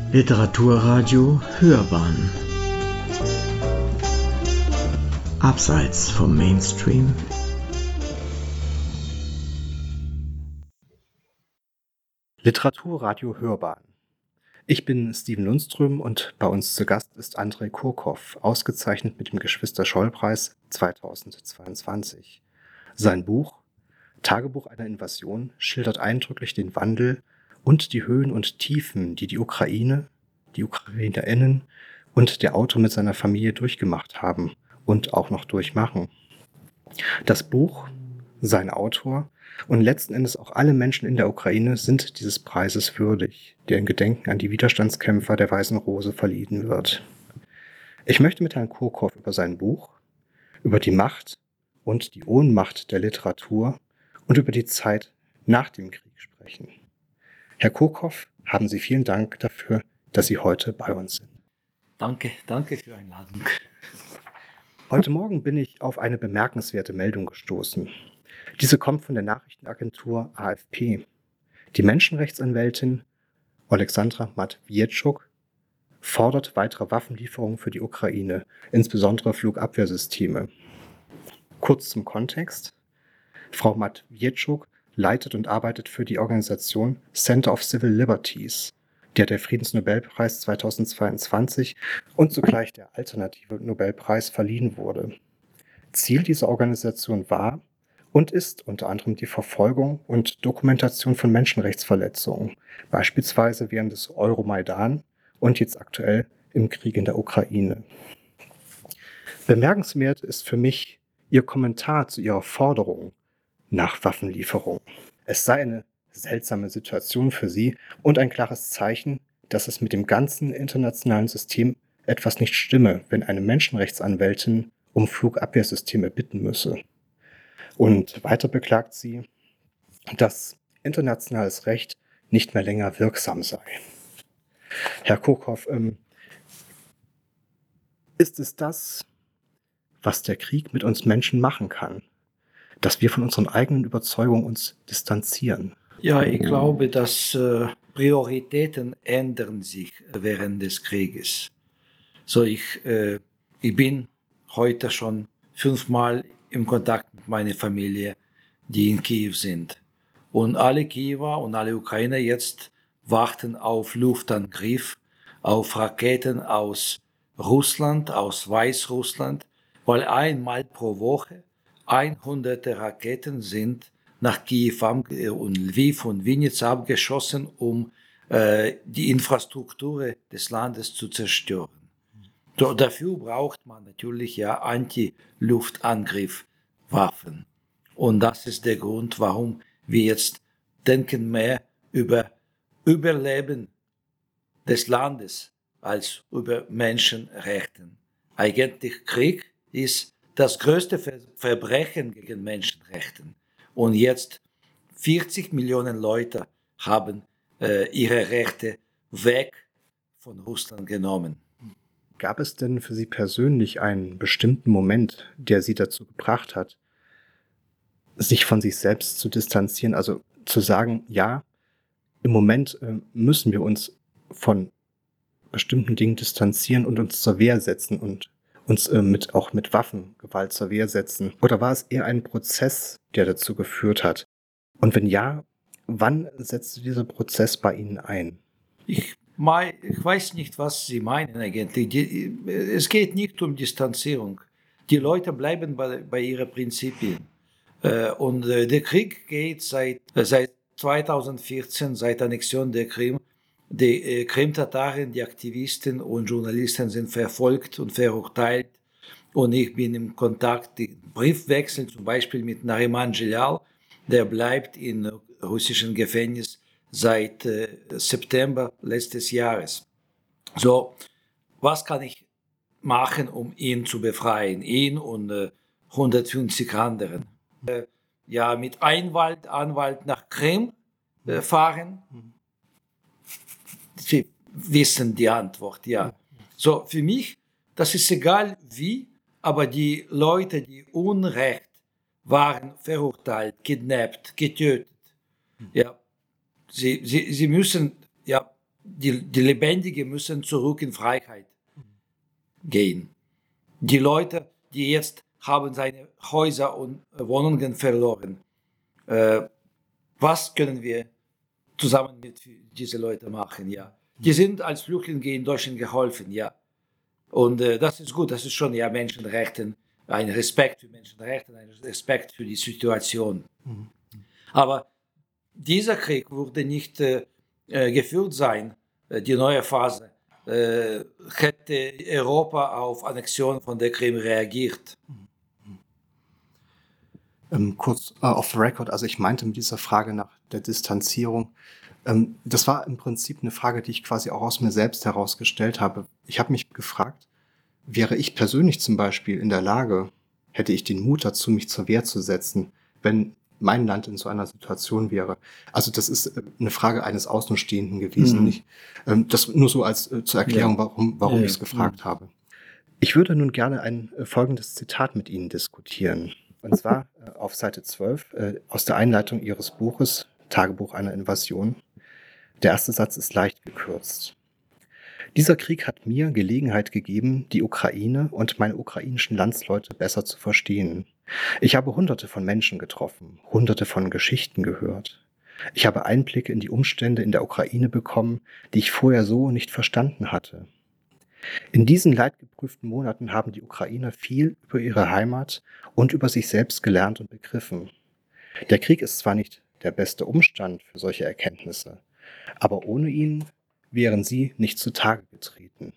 Literaturradio Hörbahn Abseits vom Mainstream. Literaturradio Hörbahn. Ich bin Steven Lundström und bei uns zu Gast ist Andrei Kurkow, ausgezeichnet mit dem Geschwister-Scholl-Preis 2022. Sein Buch Tagebuch einer Invasion schildert eindrücklich den Wandel und die Höhen und Tiefen, die die Ukraine, die UkrainerInnen und der Autor mit seiner Familie durchgemacht haben und auch noch durchmachen. Das Buch, sein Autor und letzten Endes auch alle Menschen in der Ukraine sind dieses Preises würdig, der in Gedenken an die Widerstandskämpfer der Weißen Rose verliehen wird. Ich möchte mit Herrn Kurkow über sein Buch, über die Macht und die Ohnmacht der Literatur und über die Zeit nach dem Krieg sprechen. Herr Kurkow, haben Sie vielen Dank dafür, dass Sie heute bei uns sind. Danke für die Einladung. Heute Morgen bin ich auf eine bemerkenswerte Meldung gestoßen. Diese kommt von der Nachrichtenagentur AFP. Die Menschenrechtsanwältin Oleksandra Matwietschuk fordert weitere Waffenlieferungen für die Ukraine, insbesondere Flugabwehrsysteme. Kurz zum Kontext. Frau Matwietschuk leitet und arbeitet für die Organisation Center of Civil Liberties, der Friedensnobelpreis 2022 und zugleich der alternative Nobelpreis verliehen wurde. Ziel dieser Organisation war und ist unter anderem die Verfolgung und Dokumentation von Menschenrechtsverletzungen, beispielsweise während des Euromaidan und jetzt aktuell im Krieg in der Ukraine. Bemerkenswert ist für mich Ihr Kommentar zu Ihrer Forderung nach Waffenlieferung. Es sei eine seltsame Situation für Sie und ein klares Zeichen, dass es mit dem ganzen internationalen System etwas nicht stimme, wenn eine Menschenrechtsanwältin um Flugabwehrsysteme bitten müsse. Und weiter beklagt sie, dass internationales Recht nicht mehr länger wirksam sei. Herr Kurkow, ist es das, was der Krieg mit uns Menschen machen kann? Dass wir von unseren eigenen Überzeugungen uns distanzieren? Ja, ich glaube, dass Prioritäten ändern sich während des Krieges. So, ich bin heute schon 5-mal im Kontakt mit meiner Familie, die in Kiew sind. Und alle Kiewer und alle Ukrainer jetzt warten auf Luftangriff, auf Raketen aus Russland, aus Weißrussland, weil einmal pro Woche 100 Raketen sind nach Kiew und Lviv und Vinnytsia abgeschossen, um die Infrastruktur des Landes zu zerstören. Dafür braucht man natürlich Anti-Luftangriffwaffen. Und das ist der Grund, warum wir jetzt denken mehr über Überleben des Landes als über Menschenrechte. Eigentlich Krieg ist das größte Verbrechen gegen Menschenrechte. Und jetzt 40 Millionen Leute haben ihre Rechte weg von Russland genommen. Gab es denn für Sie persönlich einen bestimmten Moment, der Sie dazu gebracht hat, sich von sich selbst zu distanzieren? Also zu sagen, ja, im Moment müssen wir uns von bestimmten Dingen distanzieren und uns zur Wehr setzen und uns auch mit Waffengewalt zur Wehr setzen? Oder war es eher ein Prozess, der dazu geführt hat? Und wenn ja, wann setzte dieser Prozess bei Ihnen ein? Ich weiß nicht, was Sie meinen eigentlich. Es geht nicht um Distanzierung. Die Leute bleiben bei ihren Prinzipien. Und der Krieg geht seit 2014, seit Annexion der Krim. Die Krim-Tataren, die Aktivisten und Journalisten sind verfolgt und verurteilt. Und ich bin im Kontakt, die Briefwechsel zum Beispiel mit Nariman Dжилal, der bleibt in russischen Gefängnis seit September letztes Jahres. So, was kann ich machen, um ihn zu befreien? Ihn und 150 anderen. Mit Anwalt nach Krim fahren. Sie wissen die Antwort, ja. So, für mich, das ist egal wie, aber die Leute, die Unrecht waren verurteilt, kidnappt, getötet. Ja, sie müssen die Lebendigen müssen zurück in Freiheit gehen. Die Leute, die jetzt haben seine Häuser und Wohnungen verloren, was können wir zusammen mit diesen Leuten machen? Ja, die sind als Flüchtlinge in Deutschland geholfen, ja. Und das ist gut, das ist schon ja Menschenrechte, ein Respekt für Menschenrechte, ein Respekt für die Situation. Aber dieser Krieg würde nicht geführt sein, die neue Phase, hätte Europa auf Annexion von der Krim reagiert. Kurz off the record, also ich meinte mit dieser Frage nach der Distanzierung, das war im Prinzip eine Frage, die ich quasi auch aus mir selbst herausgestellt habe. Ich habe mich gefragt, wäre ich persönlich zum Beispiel in der Lage, hätte ich den Mut dazu, mich zur Wehr zu setzen, wenn mein Land in so einer Situation wäre. Also das ist eine Frage eines Außenstehenden gewesen. Nicht? Das nur so als zur Erklärung, warum ich es gefragt habe. Ich würde nun gerne ein folgendes Zitat mit Ihnen diskutieren. Und zwar auf Seite 12 aus der Einleitung Ihres Buches Tagebuch einer Invasion. Der erste Satz ist leicht gekürzt. Dieser Krieg hat mir Gelegenheit gegeben, die Ukraine und meine ukrainischen Landsleute besser zu verstehen. Ich habe Hunderte von Menschen getroffen, Hunderte von Geschichten gehört. Ich habe Einblicke in die Umstände in der Ukraine bekommen, die ich vorher so nicht verstanden hatte. In diesen leidgeprüften Monaten haben die Ukrainer viel über ihre Heimat und über sich selbst gelernt und begriffen. Der Krieg ist zwar nicht der beste Umstand für solche Erkenntnisse, aber ohne ihn wären sie nicht zutage getreten.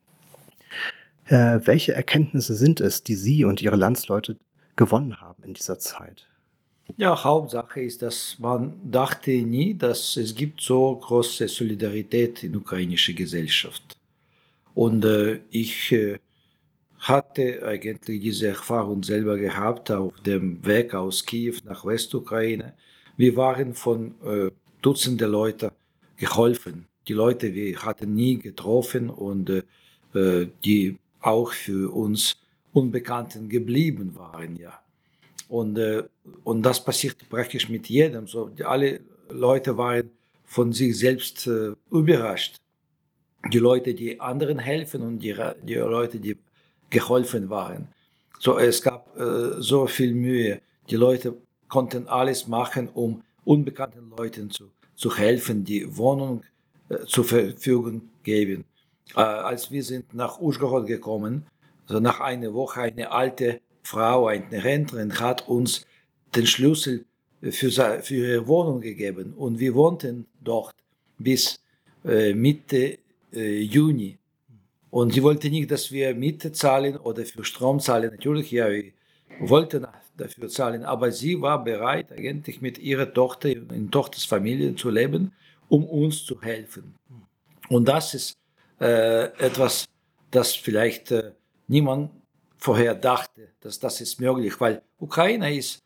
Welche Erkenntnisse sind es, die Sie und Ihre Landsleute gewonnen haben in dieser Zeit? Ja, Hauptsache ist, dass man dachte nie, dass es gibt so große Solidarität in der ukrainischen Gesellschaft. Und ich hatte eigentlich diese Erfahrung selber gehabt auf dem Weg aus Kiew nach Westukraine. Wir waren von Dutzenden Leuten geholfen. Die Leute, wir hatten nie getroffen und die auch für uns Unbekannten geblieben waren, ja. Und das passiert praktisch mit jedem. So, alle Leute waren von sich selbst überrascht. Die Leute, die anderen helfen und die Leute, die geholfen waren. So, es gab so viel Mühe. Die Leute konnten alles machen, um unbekannten Leuten zu helfen, die Wohnung zur Verfügung geben. Als wir sind nach Uschgorod gekommen, also nach einer Woche, eine alte Frau, eine Rentnerin, hat uns den Schlüssel für ihre Wohnung gegeben. Und wir wohnten dort bis Mitte Juni. Und sie wollte nicht, dass wir Miete zahlen oder für Strom zahlen. Natürlich, ja, wir wollten dafür zahlen, aber sie war bereit, eigentlich mit ihrer Tochter in Tochters Familie zu leben, um uns zu helfen. Und das ist etwas, das vielleicht niemand vorher dachte, dass das ist möglich, weil Ukraine ist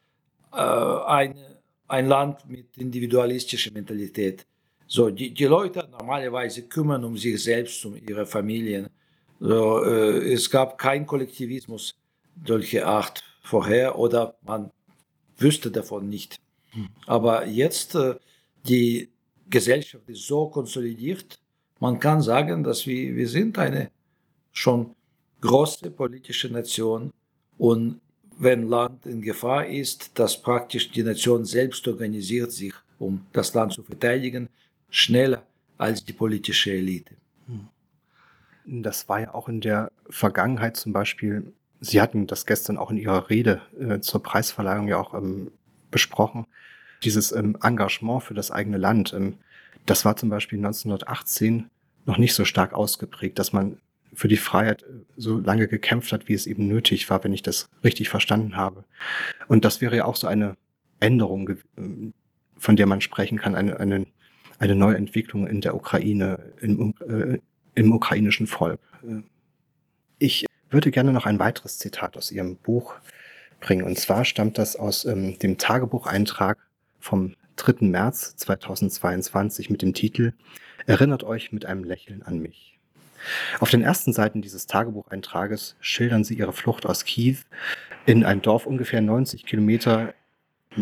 ein Land mit individualistischer Mentalität. So, die Leute normalerweise kümmern um sich selbst, um ihre Familien. So, es gab keinen Kollektivismus solche Art vorher oder man wüsste davon nicht. Aber jetzt die Gesellschaft ist so konsolidiert, man kann sagen, dass wir sind eine schon große politische Nation und wenn Land in Gefahr ist, dass praktisch die Nation selbst organisiert sich, um das Land zu verteidigen, schneller als die politische Elite. Das war ja auch in der Vergangenheit zum Beispiel, Sie hatten das gestern auch in Ihrer Rede zur Preisverleihung ja auch besprochen, dieses Engagement für das eigene Land. Das war zum Beispiel 1918 noch nicht so stark ausgeprägt, dass man für die Freiheit so lange gekämpft hat, wie es eben nötig war, wenn ich das richtig verstanden habe. Und das wäre ja auch so eine Änderung, von der man sprechen kann, eine neue Entwicklung in der Ukraine, im ukrainischen Volk. Ich würde gerne noch ein weiteres Zitat aus Ihrem Buch bringen. Und zwar stammt das aus dem Tagebucheintrag vom 3. März 2022 mit dem Titel „Erinnert euch mit einem Lächeln an mich“. Auf den ersten Seiten dieses Tagebucheintrages schildern Sie Ihre Flucht aus Kiew in ein Dorf ungefähr 90 Kilometer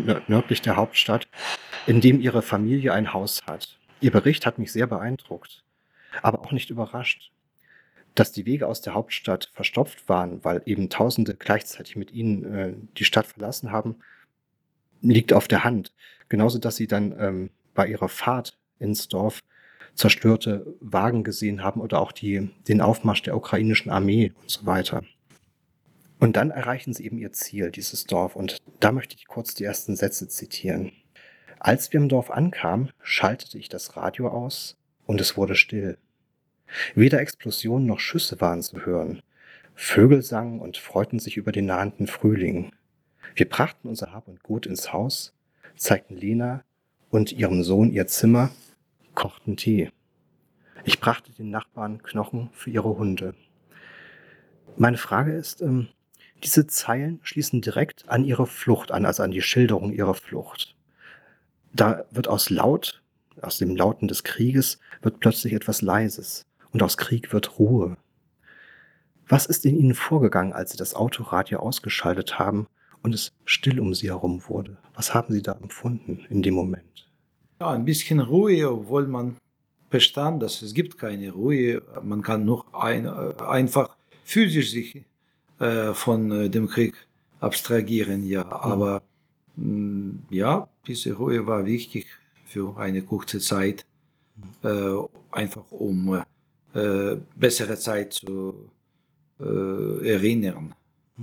nördlich der Hauptstadt, in dem Ihre Familie ein Haus hat. Ihr Bericht hat mich sehr beeindruckt. aber auch nicht überrascht. Dass die Wege aus der Hauptstadt verstopft waren, weil eben Tausende gleichzeitig mit ihnen die Stadt verlassen haben, liegt auf der Hand. Genauso, dass sie dann bei ihrer Fahrt ins Dorf zerstörte Wagen gesehen haben oder auch den Aufmarsch der ukrainischen Armee und so weiter. Und dann erreichen sie eben ihr Ziel, dieses Dorf. Und da möchte ich kurz die ersten Sätze zitieren. Als wir im Dorf ankamen, schaltete ich das Radio aus und es wurde still. Weder Explosionen noch Schüsse waren zu hören. Vögel sangen und freuten sich über den nahenden Frühling. Wir brachten unser Hab und Gut ins Haus, zeigten Lena und ihrem Sohn ihr Zimmer, kochten Tee. Ich brachte den Nachbarn Knochen für ihre Hunde. Meine Frage ist, diese Zeilen schließen direkt an ihre Flucht an, also an die Schilderung ihrer Flucht. Da wird aus dem Lauten des Krieges, wird plötzlich etwas Leises. Und aus Krieg wird Ruhe. Was ist in Ihnen vorgegangen, als Sie das Autoradio ausgeschaltet haben und es still um Sie herum wurde? Was haben Sie da empfunden in dem Moment? Ja, ein bisschen Ruhe, obwohl man verstand, dass es gibt keine Ruhe. Man kann nur einfach physisch sich von dem Krieg abstrahieren, ja. Aber ja, diese Ruhe war wichtig für eine kurze Zeit, einfach um bessere Zeit zu erinnern.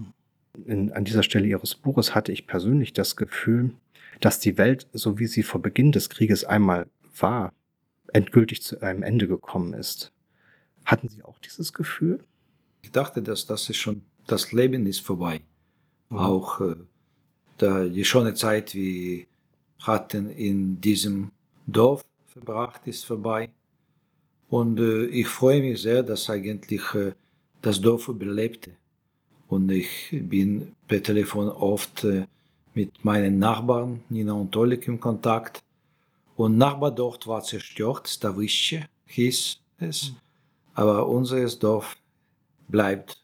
An dieser Stelle Ihres Buches hatte ich persönlich das Gefühl, dass die Welt, so wie sie vor Beginn des Krieges einmal war, endgültig zu einem Ende gekommen ist. Hatten Sie auch dieses Gefühl? Ich dachte, dass das ist schon, das Leben ist vorbei. Mhm. Auch die schöne Zeit, wir hatten in diesem Dorf verbracht, ist vorbei. Und ich freue mich sehr, dass eigentlich das Dorf überlebte. Und ich bin per Telefon oft mit meinen Nachbarn, Nina und Oleg, in Kontakt. Und Nachbar dort war zerstört, Stawische hieß es. Aber unser Dorf bleibt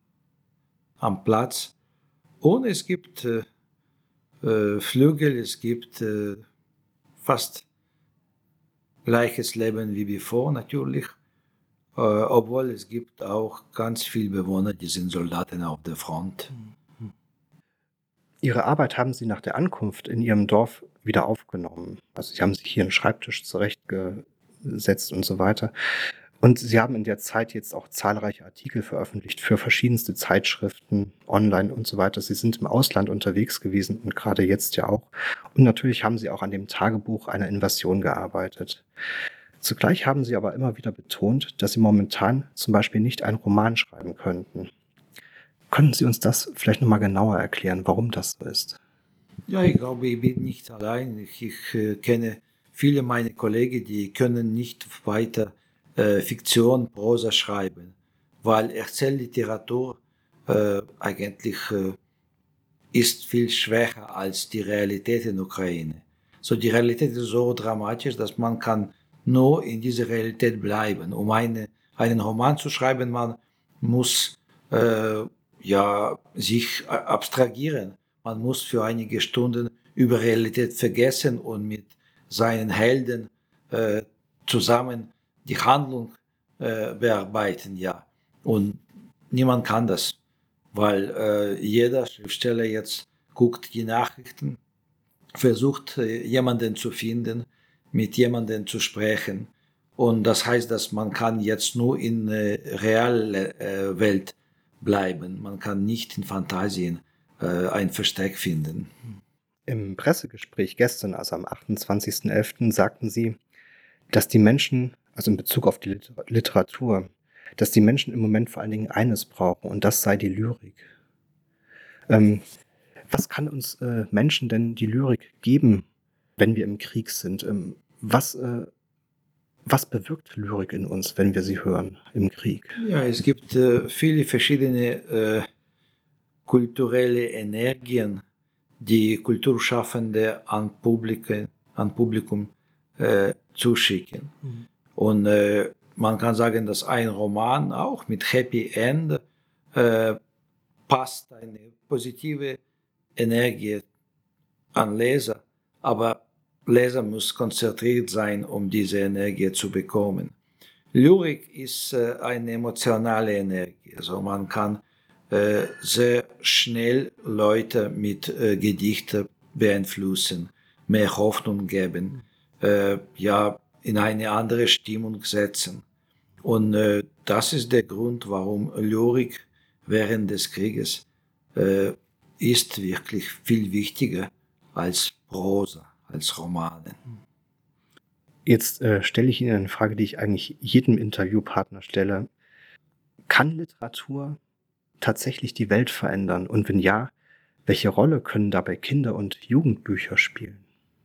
am Platz. Und es gibt Flügel, es gibt fast gleiches Leben wie bevor natürlich, obwohl es gibt auch ganz viele Bewohner, die sind Soldaten auf der Front. Ihre Arbeit haben Sie nach der Ankunft in Ihrem Dorf wieder aufgenommen. Also Sie haben sich hier einen Schreibtisch zurechtgesetzt und so weiter. Und Sie haben in der Zeit jetzt auch zahlreiche Artikel veröffentlicht für verschiedenste Zeitschriften, online und so weiter. Sie sind im Ausland unterwegs gewesen und gerade jetzt ja auch. Und natürlich haben Sie auch an dem Tagebuch einer Invasion gearbeitet. Zugleich haben Sie aber immer wieder betont, dass Sie momentan zum Beispiel nicht einen Roman schreiben könnten. Können Sie uns das vielleicht nochmal genauer erklären, warum das so ist? Ja, ich glaube, ich bin nicht allein. Ich kenne viele meiner Kollegen, die können nicht weiter Fiktion, Prosa schreiben, weil Erzählliteratur eigentlich ist viel schwächer als die Realität in der Ukraine. So, die Realität ist so dramatisch, dass man kann nur in dieser Realität bleiben. Um einen Roman zu schreiben, man muss sich abstrahieren. Man muss für einige Stunden über Realität vergessen und mit seinen Helden zusammen die Handlung bearbeiten, ja. Und niemand kann das, weil jeder Schriftsteller jetzt guckt die Nachrichten, versucht jemanden zu finden, mit jemandem zu sprechen. Und das heißt, dass man kann jetzt nur in reale Welt bleiben. Man kann nicht in Fantasien ein Versteck finden. Im Pressegespräch gestern, also am 28.11., sagten Sie, dass die Menschen, also in Bezug auf die Literatur, dass die Menschen im Moment vor allen Dingen eines brauchen, und das sei die Lyrik. Was kann uns Menschen denn die Lyrik geben, wenn wir im Krieg sind? Was bewirkt Lyrik in uns, wenn wir sie hören im Krieg? Ja, es gibt viele verschiedene kulturelle Energien, die Kulturschaffende an Publikum zuschicken. Mhm. Und man kann sagen, dass ein Roman auch mit Happy End passt eine positive Energie an Leser, aber Leser muss konzentriert sein, um diese Energie zu bekommen. Lyrik ist eine emotionale Energie. Also man kann sehr schnell Leute mit Gedichten beeinflussen, mehr Hoffnung geben, ja, in eine andere Stimmung setzen. Und das ist der Grund, warum Lyrik während des Krieges ist wirklich viel wichtiger als Prosa, als Romane. Jetzt stelle ich Ihnen eine Frage, die ich eigentlich jedem Interviewpartner stelle. Kann Literatur tatsächlich die Welt verändern? Und wenn ja, welche Rolle können dabei Kinder- und Jugendbücher spielen?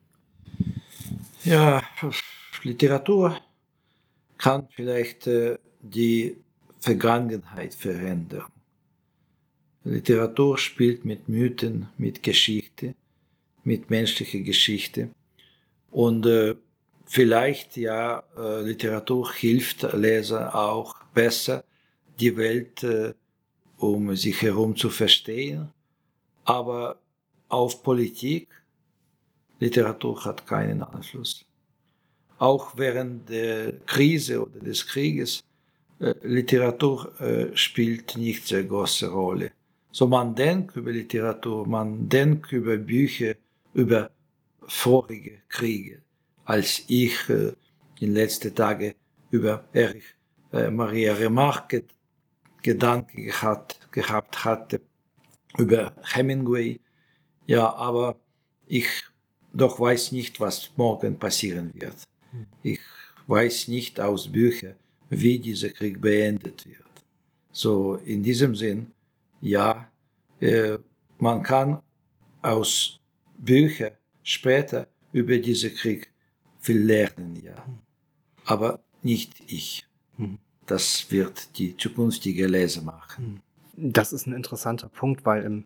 Ja, Literatur kann vielleicht die Vergangenheit verändern. Literatur spielt mit Mythen, mit Geschichte, mit menschlicher Geschichte. Und vielleicht, ja, Literatur hilft Leser auch besser, die Welt um sich herum zu verstehen. Aber auf Politik, Literatur hat keinen Einfluss. Auch während der Krise oder des Krieges, Literatur spielt nicht sehr große Rolle. So man denkt über Literatur, man denkt über Bücher, über vorige Kriege. Als ich in letzten Tagen über Erich Maria Remarque Gedanken gehabt hatte, über Hemingway, ja, aber ich doch weiß nicht, was morgen passieren wird. Ich weiß nicht aus Büchern, wie dieser Krieg beendet wird. So in diesem Sinn, ja, man kann aus Büchern später über diesen Krieg viel lernen, ja. Aber nicht ich. Das wird die zukünftige Leser machen. Das ist ein interessanter Punkt, weil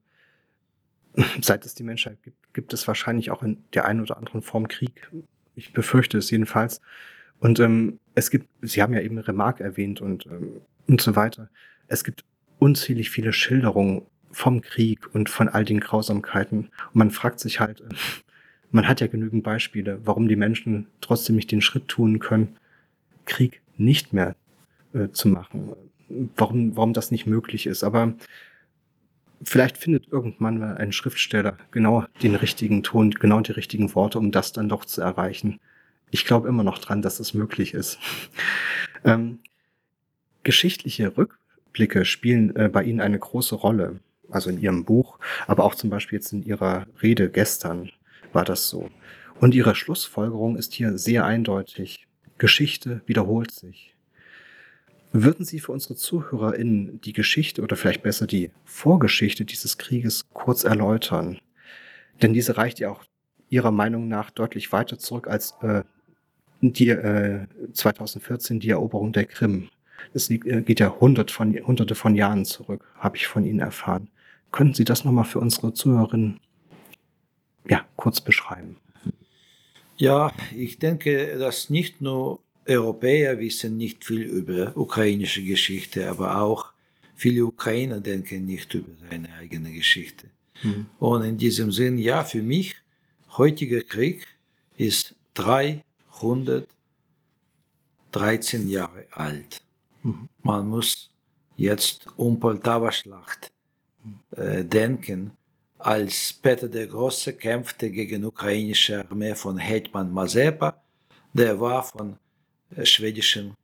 seit es die Menschheit gibt es wahrscheinlich auch in der einen oder anderen Form Krieg. Ich befürchte es jedenfalls. Und Sie haben ja eben Remarque erwähnt und so weiter. Es gibt unzählig viele Schilderungen vom Krieg und von all den Grausamkeiten. Und man fragt sich halt, man hat ja genügend Beispiele, warum die Menschen trotzdem nicht den Schritt tun können, Krieg nicht mehr zu machen. Warum das nicht möglich ist. Aber vielleicht findet irgendwann mal ein Schriftsteller genau den richtigen Ton, genau die richtigen Worte, um das dann doch zu erreichen. Ich glaube immer noch dran, dass es möglich ist. Geschichtliche Rückblicke spielen bei Ihnen eine große Rolle. Also in Ihrem Buch, aber auch zum Beispiel jetzt in Ihrer Rede gestern war das so. Und Ihre Schlussfolgerung ist hier sehr eindeutig. Geschichte wiederholt sich. Würden Sie für unsere ZuhörerInnen die Geschichte oder vielleicht besser die Vorgeschichte dieses Krieges kurz erläutern? Denn diese reicht ja auch Ihrer Meinung nach deutlich weiter zurück als die 2014 die Eroberung der Krim. Es geht ja hunderte von Jahren zurück, habe ich von Ihnen erfahren. Könnten Sie das nochmal für unsere ZuhörerInnen kurz beschreiben? Ja, ich denke, dass nicht nur Europäer wissen nicht viel über ukrainische Geschichte, aber auch viele Ukrainer denken nicht über seine eigene Geschichte. Und in diesem Sinn, ja, für mich, heutiger Krieg ist 313 Jahre alt. Man muss jetzt Poltawa Schlacht denken, als Peter der Große kämpfte gegen ukrainische Armee von Hetman Mazepa, der war von schwedischen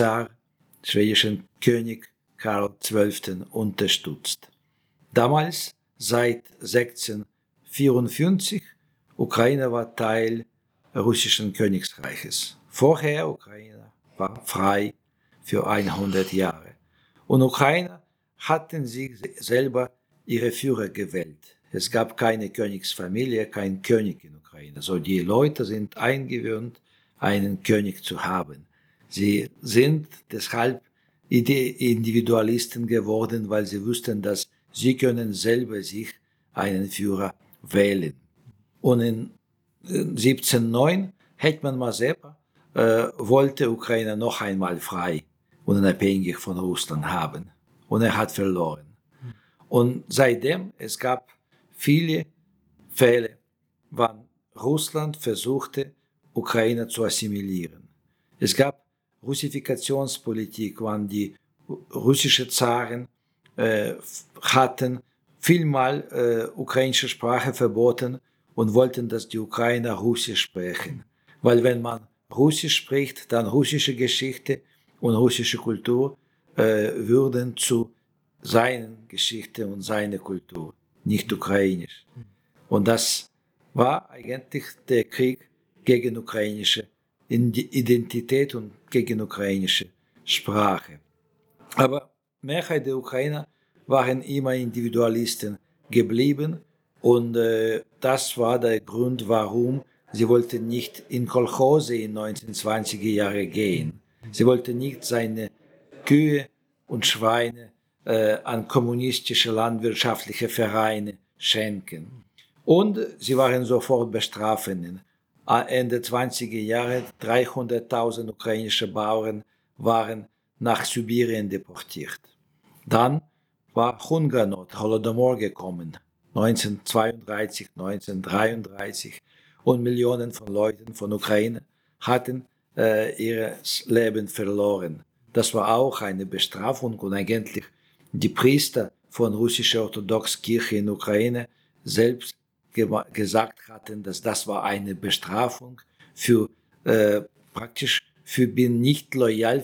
König Karl XII. Unterstützt. Damals, seit 1654, Ukraine war Teil russischen Königsreiches. Vorher Ukraine war frei für 100 Jahre. Und Ukrainer hatten sich selber ihre Führer gewählt. Es gab keine Königsfamilie, kein König in Ukraine. So die Leute sind eingewöhnt, einen König zu haben. Sie sind deshalb Individualisten geworden, weil sie wussten, dass sie können selber sich einen Führer wählen. Und in 1709 Hetman Mazepa wollte Ukraine noch einmal frei und unabhängig von Russland haben. Und er hat verloren. Und seitdem, es gab viele Fälle, wann Russland versuchte, Ukraine zu assimilieren. Es gab Russifikationspolitik, wann die russische Zaren hatten vielmal ukrainische Sprache verboten und wollten, dass die Ukrainer Russisch sprechen. Weil wenn man Russisch spricht, dann russische Geschichte und russische Kultur würden zu seiner Geschichte und seiner Kultur, nicht ukrainisch. Und das war eigentlich der Krieg gegen ukrainische Identität und gegen ukrainische Sprache. Aber Mehrheit der Ukrainer waren immer Individualisten geblieben und das war der Grund, warum sie wollten nicht in Kolchose in 1920er Jahren gehen. Sie wollten nicht seine Kühe und Schweine an kommunistische landwirtschaftliche Vereine schenken. Und sie waren sofort bestrafen. Ende 20er Jahre 300.000 ukrainische Bauern waren nach Sibirien deportiert. Dann war Hungernot, Holodomor gekommen, 1932, 1933 und Millionen von Leuten von Ukraine hatten ihr Leben verloren. Das war auch eine Bestrafung und eigentlich die Priester von russischer Orthodoxen Kirche in Ukraine selbst gesagt hatten, dass das war eine Bestrafung für praktisch für bin nicht loyal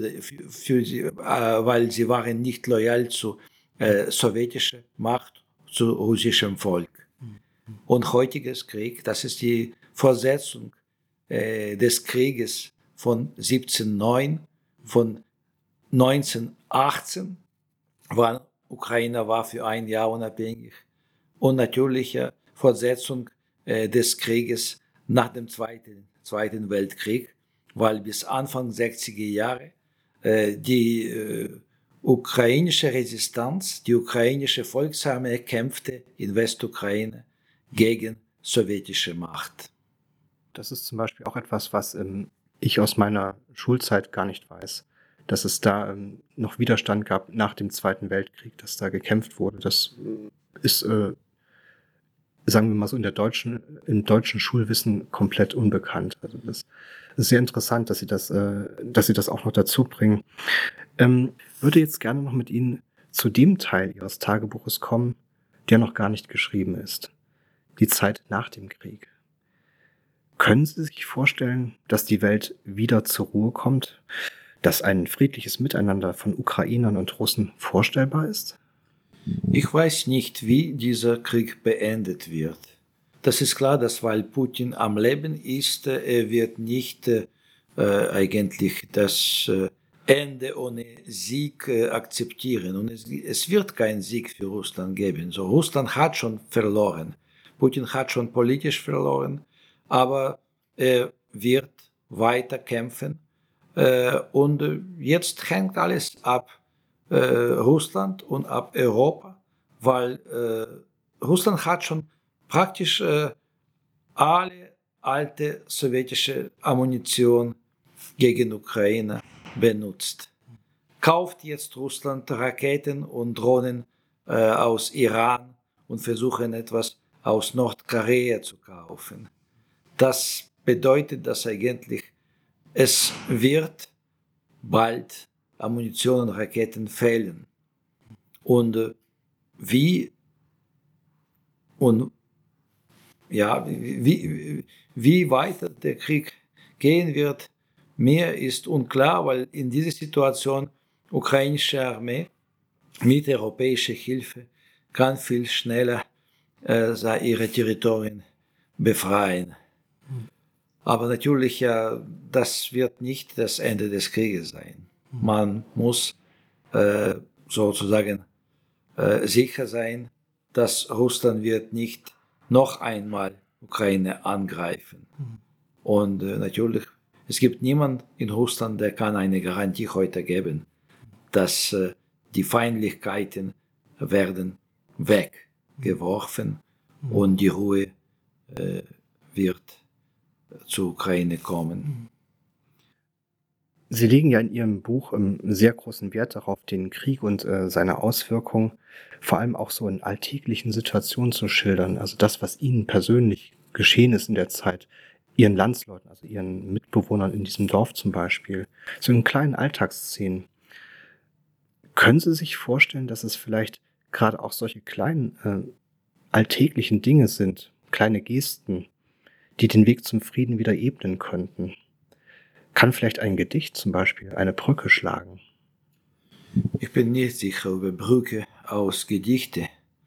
weil sie waren nicht loyal zu sowjetischer Macht, zu russischem Volk. Und heutiges Krieg, das ist die Fortsetzung des Krieges von 1709, von 1918, wann Ukraine war für ein Jahr unabhängig und natürliche Fortsetzung des Krieges nach dem Zweiten Weltkrieg, weil bis Anfang 60er Jahre die ukrainische Resistenz, die ukrainische Volksarmee kämpfte in Westukraine gegen sowjetische Macht. Das ist zum Beispiel auch etwas, was ich aus meiner Schulzeit gar nicht weiß, dass es da noch Widerstand gab nach dem Zweiten Weltkrieg, dass da gekämpft wurde. Das ist, sagen wir mal so, im deutschen Schulwissen komplett unbekannt. Also das ist sehr interessant, dass Sie das auch noch dazu bringen. Würde jetzt gerne noch mit Ihnen zu dem Teil Ihres Tagebuches kommen, der noch gar nicht geschrieben ist. Die Zeit nach dem Krieg. Können Sie sich vorstellen, dass die Welt wieder zur Ruhe kommt? Dass ein friedliches Miteinander von Ukrainern und Russen vorstellbar ist? Ich weiß nicht, wie dieser Krieg beendet wird. Das ist klar, dass weil Putin am Leben ist, er wird nicht eigentlich das Ende ohne Sieg akzeptieren. Und es wird keinen Sieg für Russland geben. So, Russland hat schon verloren. Putin hat schon politisch verloren, aber er wird weiter kämpfen. Und jetzt hängt alles ab Russland und ab Europa, weil Russland hat schon praktisch alle alte sowjetische Ammunition gegen Ukraine benutzt. Kauft jetzt Russland Raketen und Drohnen aus Iran und versuchen etwas aus Nordkorea zu kaufen. Das bedeutet, dass eigentlich es wird bald Ammunition und Raketen fehlen. Und wie weiter der Krieg gehen wird, mir ist unklar, weil in dieser Situation ukrainische Armee mit europäischer Hilfe kann viel schneller ihre Territorien befreien. Aber natürlich, das wird nicht das Ende des Krieges sein. Man muss sozusagen sicher sein, dass Russland wird nicht noch einmal Ukraine angreifen. Und natürlich, es gibt niemanden in Russland, der kann eine Garantie heute geben, dass die Feindlichkeiten werden weggeworfen und die Ruhe wird zur Ukraine kommen. Sie legen ja in Ihrem Buch sehr großen Wert darauf, den Krieg und seine Auswirkungen vor allem auch so in alltäglichen Situationen zu schildern. Also das, was Ihnen persönlich geschehen ist in der Zeit, ihren Landsleuten, also ihren Mitbewohnern in diesem Dorf zum Beispiel, so in kleinen Alltagsszenen. Können Sie sich vorstellen, dass es vielleicht gerade auch solche kleinen alltäglichen Dinge sind, kleine Gesten, die den Weg zum Frieden wieder ebnen könnten? Kann vielleicht ein Gedicht zum Beispiel eine Brücke schlagen? Ich bin nicht sicher über Brücke aus Gedichte.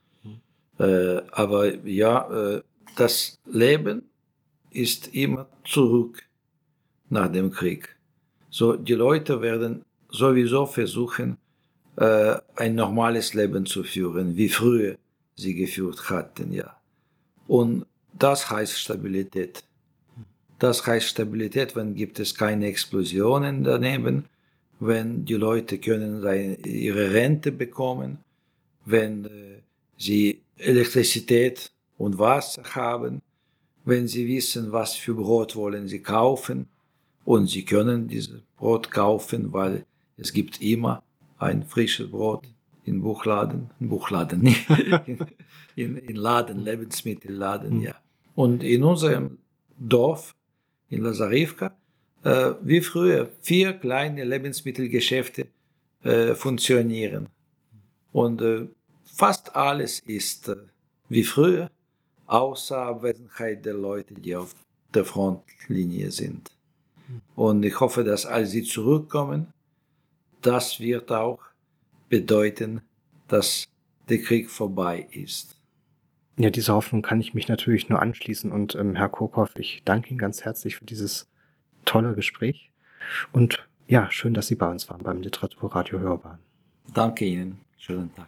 Aber ja, das Leben ist immer zurück nach dem Krieg. So, die Leute werden sowieso versuchen, ein normales Leben zu führen, wie früher sie geführt hatten, ja. Und das heißt Stabilität. Das heißt Stabilität, wenn gibt es keine Explosionen daneben, wenn die Leute können ihre Rente bekommen, wenn sie Elektrizität und Wasser haben, wenn sie wissen, was für Brot wollen sie kaufen und sie können dieses Brot kaufen, weil es gibt immer ein frisches Brot in Buchladen, nicht, in Laden, Lebensmittelladen, ja. Und in unserem Dorf, in Lazarivka, wie früher, 4 kleine Lebensmittelgeschäfte funktionieren. Und fast alles ist wie früher, außer Abwesenheit der Leute, die auf der Frontlinie sind. Und ich hoffe, dass als sie zurückkommen, das wird auch bedeuten, dass der Krieg vorbei ist. Ja, dieser Hoffnung kann ich mich natürlich nur anschließen. Und Herr Kurkoff, ich danke Ihnen ganz herzlich für dieses tolle Gespräch. Und ja, schön, dass Sie bei uns waren beim Literaturradio Hörbahn. Danke Ihnen. Schönen Tag.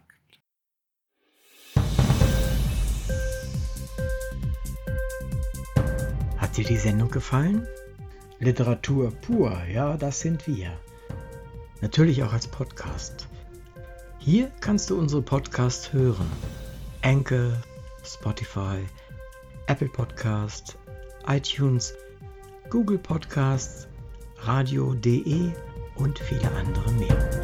Hat dir die Sendung gefallen? Literatur pur, ja, das sind wir. Natürlich auch als Podcast. Hier kannst du unsere Podcasts hören. Anchor, Spotify, Apple Podcasts, iTunes, Google Podcasts, radio.de und viele andere mehr.